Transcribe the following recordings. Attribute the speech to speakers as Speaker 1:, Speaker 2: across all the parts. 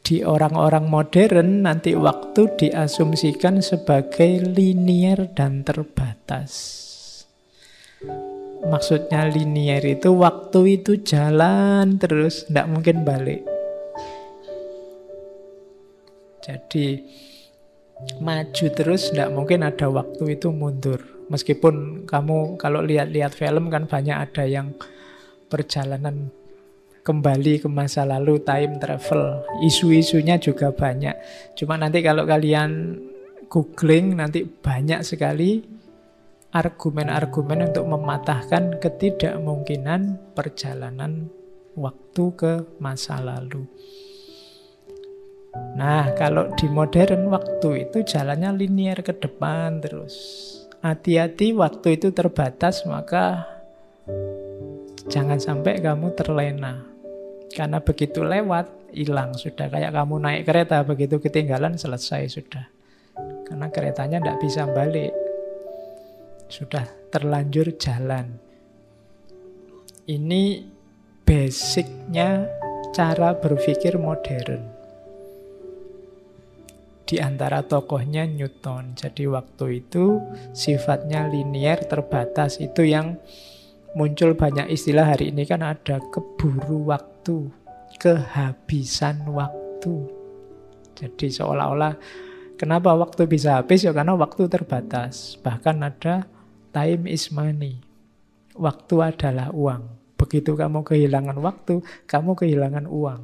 Speaker 1: Di orang-orang modern nanti waktu diasumsikan sebagai linier dan terbatas. Maksudnya linier itu waktu itu jalan terus, tidak mungkin balik. Jadi maju terus, tidak mungkin ada waktu itu mundur. Meskipun kamu kalau lihat-lihat film kan banyak ada yang perjalanan kembali ke masa lalu, time travel. Isu-isunya juga banyak. Cuma nanti kalau kalian googling, nanti banyak sekali argumen-argumen untuk mematahkan ketidakmungkinan perjalanan waktu ke masa lalu. Nah, kalau di modern waktu itu jalannya linier ke depan terus. Hati-hati waktu itu terbatas, maka jangan sampai kamu terlena. Karena begitu lewat, hilang sudah. Kayak kamu naik kereta, begitu ketinggalan, selesai sudah. Karena keretanya tidak bisa balik. Sudah terlanjur jalan. Ini basicnya cara berpikir modern. Di antara tokohnya Newton. Jadi waktu itu sifatnya linier, terbatas. Itu yang muncul banyak istilah hari ini kan ada keburu waktu, kehabisan waktu. Jadi seolah-olah kenapa waktu bisa habis? Ya karena waktu terbatas. Bahkan ada time is money. Waktu adalah uang. Begitu kamu kehilangan waktu, kamu kehilangan uang.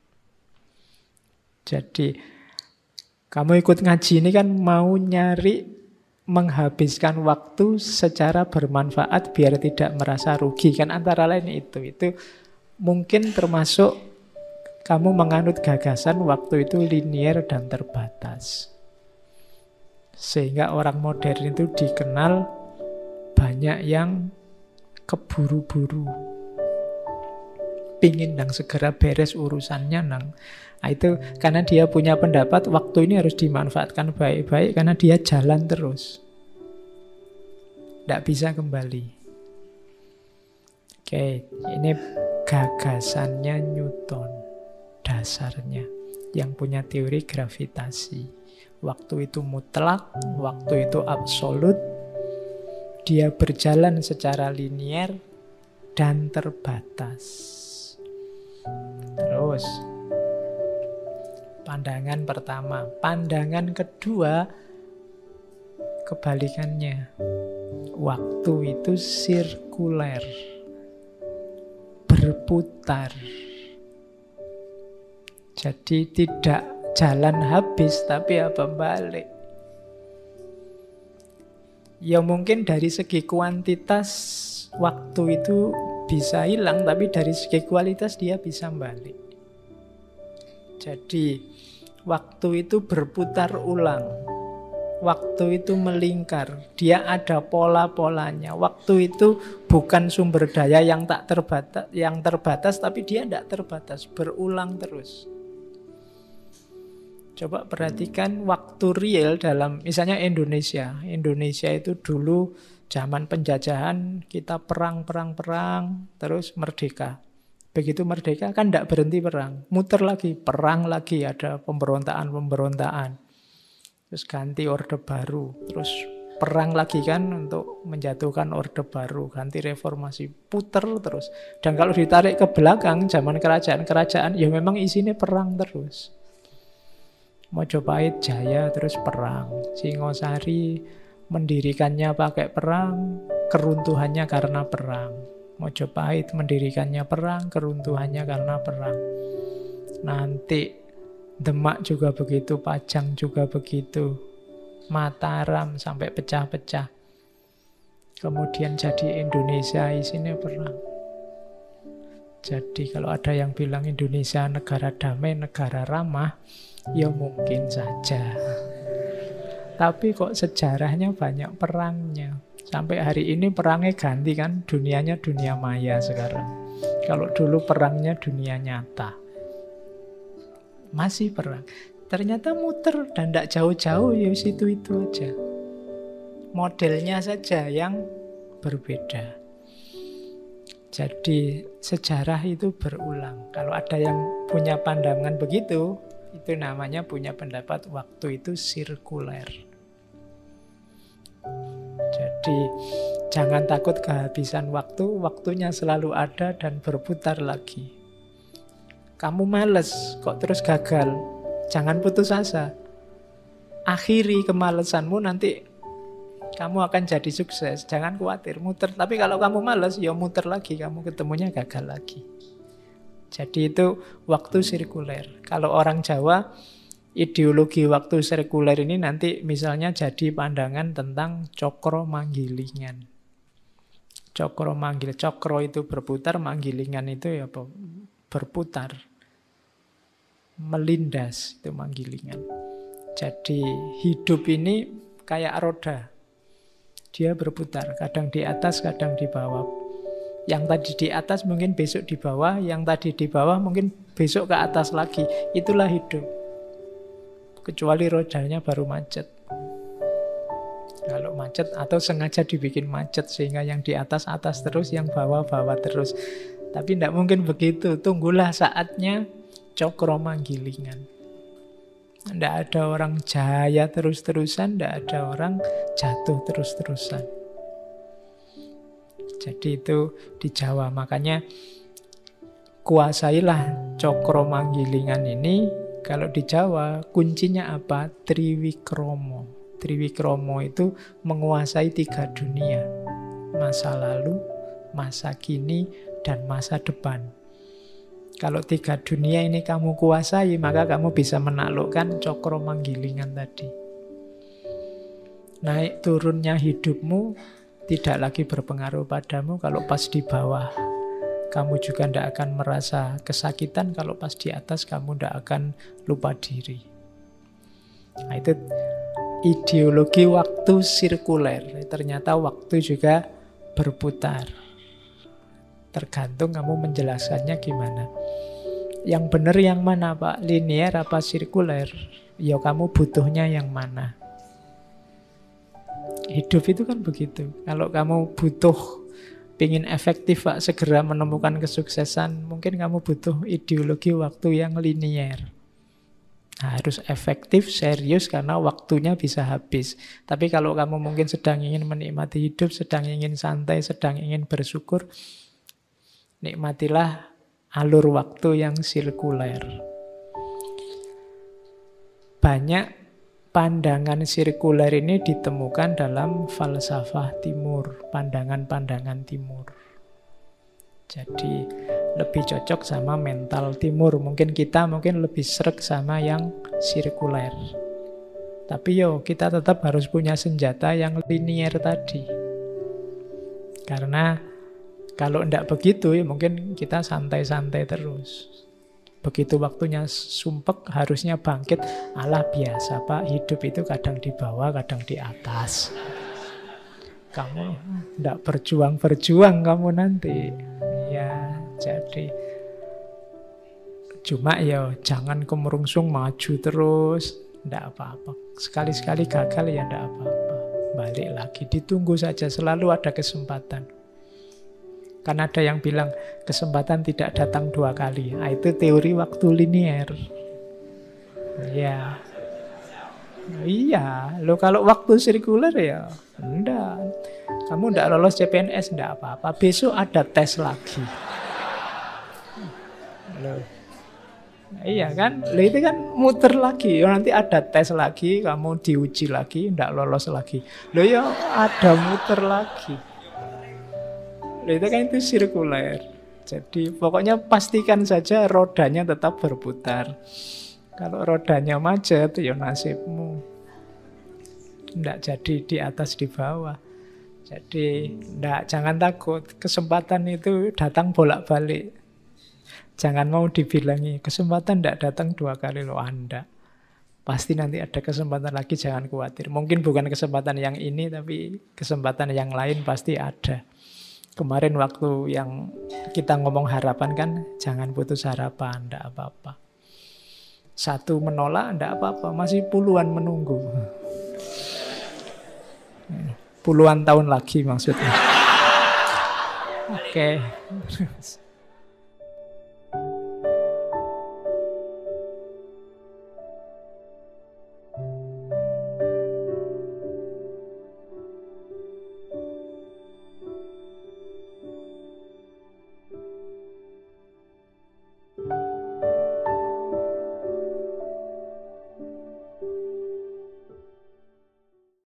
Speaker 1: Jadi kamu ikut ngaji ini kan mau nyari menghabiskan waktu secara bermanfaat biar tidak merasa rugi, kan antara lain itu mungkin termasuk kamu menganut gagasan waktu itu linier dan terbatas, sehingga orang modern itu dikenal banyak yang keburu-buru, pingin nang segera beres urusannya nang. Nah, itu karena dia punya pendapat waktu ini harus dimanfaatkan baik-baik karena dia jalan terus. Tidak bisa kembali. Oke, ini gagasannya Newton, dasarnya, yang punya teori gravitasi. Waktu itu mutlak, waktu itu absolut, dia berjalan secara linier dan terbatas. Terus pandangan pertama. Pandangan kedua, kebalikannya. Waktu itu sirkuler, berputar. Jadi tidak jalan habis, tapi balik. Ya mungkin dari segi kuantitas waktu itu bisa hilang, tapi dari segi kualitas dia bisa balik. Jadi waktu itu berputar ulang. Waktu itu melingkar. Dia ada pola-polanya. Waktu itu bukan sumber daya yang terbatas, tapi dia tidak terbatas, berulang terus. Coba perhatikan waktu real dalam misalnya Indonesia. Indonesia itu dulu zaman penjajahan, kita perang, terus merdeka. Begitu merdeka kan tidak berhenti perang, muter lagi, perang lagi, ada pemberontakan. Terus ganti orde baru, terus perang lagi kan untuk menjatuhkan orde baru, ganti reformasi, puter terus. Dan kalau ditarik ke belakang, zaman kerajaan-kerajaan, ya memang isinya perang terus. Majapahit jaya terus perang, Singosari mendirikannya pakai perang, keruntuhannya karena perang. Majapahit mendirikannya perang, keruntuhannya karena perang. Nanti Demak juga begitu, Pajang juga begitu, Mataram sampai pecah-pecah. Kemudian jadi Indonesia isinya perang. Jadi kalau ada yang bilang Indonesia negara damai, negara ramah, ya mungkin saja. Tapi kok sejarahnya banyak perangnya. Sampai hari ini perangnya ganti kan, dunianya dunia maya sekarang. Kalau dulu perangnya dunia nyata. Masih perang. Ternyata muter dan tidak jauh-jauh, ya situ-itu aja. Modelnya saja yang berbeda. Jadi sejarah itu berulang. Kalau ada yang punya pandangan begitu, Itu namanya punya pendapat waktu itu sirkuler. Jadi jangan takut kehabisan waktu, waktunya selalu ada dan berputar lagi. Kamu males kok terus gagal, jangan putus asa. Akhiri kemalesanmu, nanti kamu akan jadi sukses. Jangan khawatir, muter. Tapi kalau kamu males, ya muter lagi, kamu ketemunya gagal lagi. Jadi itu waktu sirkuler. Kalau orang Jawa, ideologi waktu sirkuler ini nanti misalnya jadi pandangan tentang cokro manggilingan. Cokro manggil, cokro itu berputar, manggilingan itu ya berputar. Melindas itu manggilingan. Jadi hidup ini kayak roda. Dia berputar, kadang di atas, kadang di bawah. Yang tadi di atas mungkin besok di bawah, yang tadi di bawah mungkin besok ke atas lagi. Itulah hidup. Kecuali rodanya baru macet. Kalau macet atau sengaja dibikin macet sehingga yang di atas terus, yang bawah terus. Tapi tidak mungkin begitu. Tunggulah saatnya cokro manggilingan. Tidak ada orang jaya terus-terusan, tidak ada orang jatuh terus-terusan. Jadi itu di Jawa. Makanya kuasailah cokro manggilingan ini. Kalau di Jawa kuncinya apa? Triwikromo. Triwikromo itu menguasai 3 dunia. Masa lalu, masa kini, dan masa depan. Kalau 3 dunia ini kamu kuasai, maka kamu bisa menaklukkan cokro manggilingan tadi. Naik turunnya hidupmu tidak lagi berpengaruh padamu kalau pas di bawah. Kamu juga tidak akan merasa kesakitan, kalau pas di atas kamu tidak akan lupa diri. Nah, itu ideologi waktu sirkuler. Ternyata waktu juga berputar. Tergantung kamu menjelaskannya gimana. Yang benar yang mana, Pak? Linear apa sirkuler? Ya kamu butuhnya yang mana. Hidup itu kan begitu. Kalau kamu butuh, pingin efektif, Pak, segera menemukan kesuksesan, mungkin kamu butuh ideologi waktu yang linear. Nah, harus efektif, serius, karena waktunya bisa habis. Tapi kalau kamu mungkin sedang ingin menikmati hidup, sedang ingin santai, sedang ingin bersyukur, nikmatilah alur waktu yang sirkuler. Banyak pandangan sirkuler ini ditemukan dalam falsafah timur, pandangan-pandangan timur. Jadi lebih cocok sama mental timur. Mungkin kita lebih sreg sama yang sirkuler. Tapi kita tetap harus punya senjata yang linear tadi. Karena kalau tidak begitu, ya mungkin kita santai-santai terus. Begitu waktunya sumpek, harusnya bangkit. Alah biasa, Pak, hidup itu kadang di bawah, kadang di atas. Kamu tidak berjuang-berjuang kamu nanti. Ya, jadi cuma jangan kemerungsung maju terus. Tidak apa-apa. Sekali-sekali gagal ya tidak apa-apa. Balik lagi, ditunggu saja, selalu ada kesempatan. Kan ada yang bilang kesempatan tidak datang 2 kali. Nah, itu teori waktu linear. Ya. Iya, kalau waktu sirkuler ya enggak. Kamu enggak lolos CPNS enggak apa-apa. Besok ada tes lagi. Loh. Iya kan? Itu kan muter lagi. Nanti ada tes lagi, kamu diuji lagi, enggak lolos lagi. Ya ada muter lagi. Itu kan itu sirkuler. Jadi pokoknya pastikan saja rodanya tetap berputar. Kalau rodanya macet, ya nasibmu. Tidak jadi di atas di bawah. Jadi jangan takut. Kesempatan itu datang bolak-balik. Jangan mau dibilangi kesempatan tidak datang 2 kali loh Anda. Pasti nanti ada kesempatan lagi, jangan khawatir. Mungkin bukan kesempatan yang ini, tapi kesempatan yang lain pasti ada. Kemarin waktu yang kita ngomong harapan kan, jangan putus harapan, enggak apa-apa. 1 menolak, enggak apa-apa, masih puluhan menunggu. Puluhan tahun lagi maksudnya. Oke.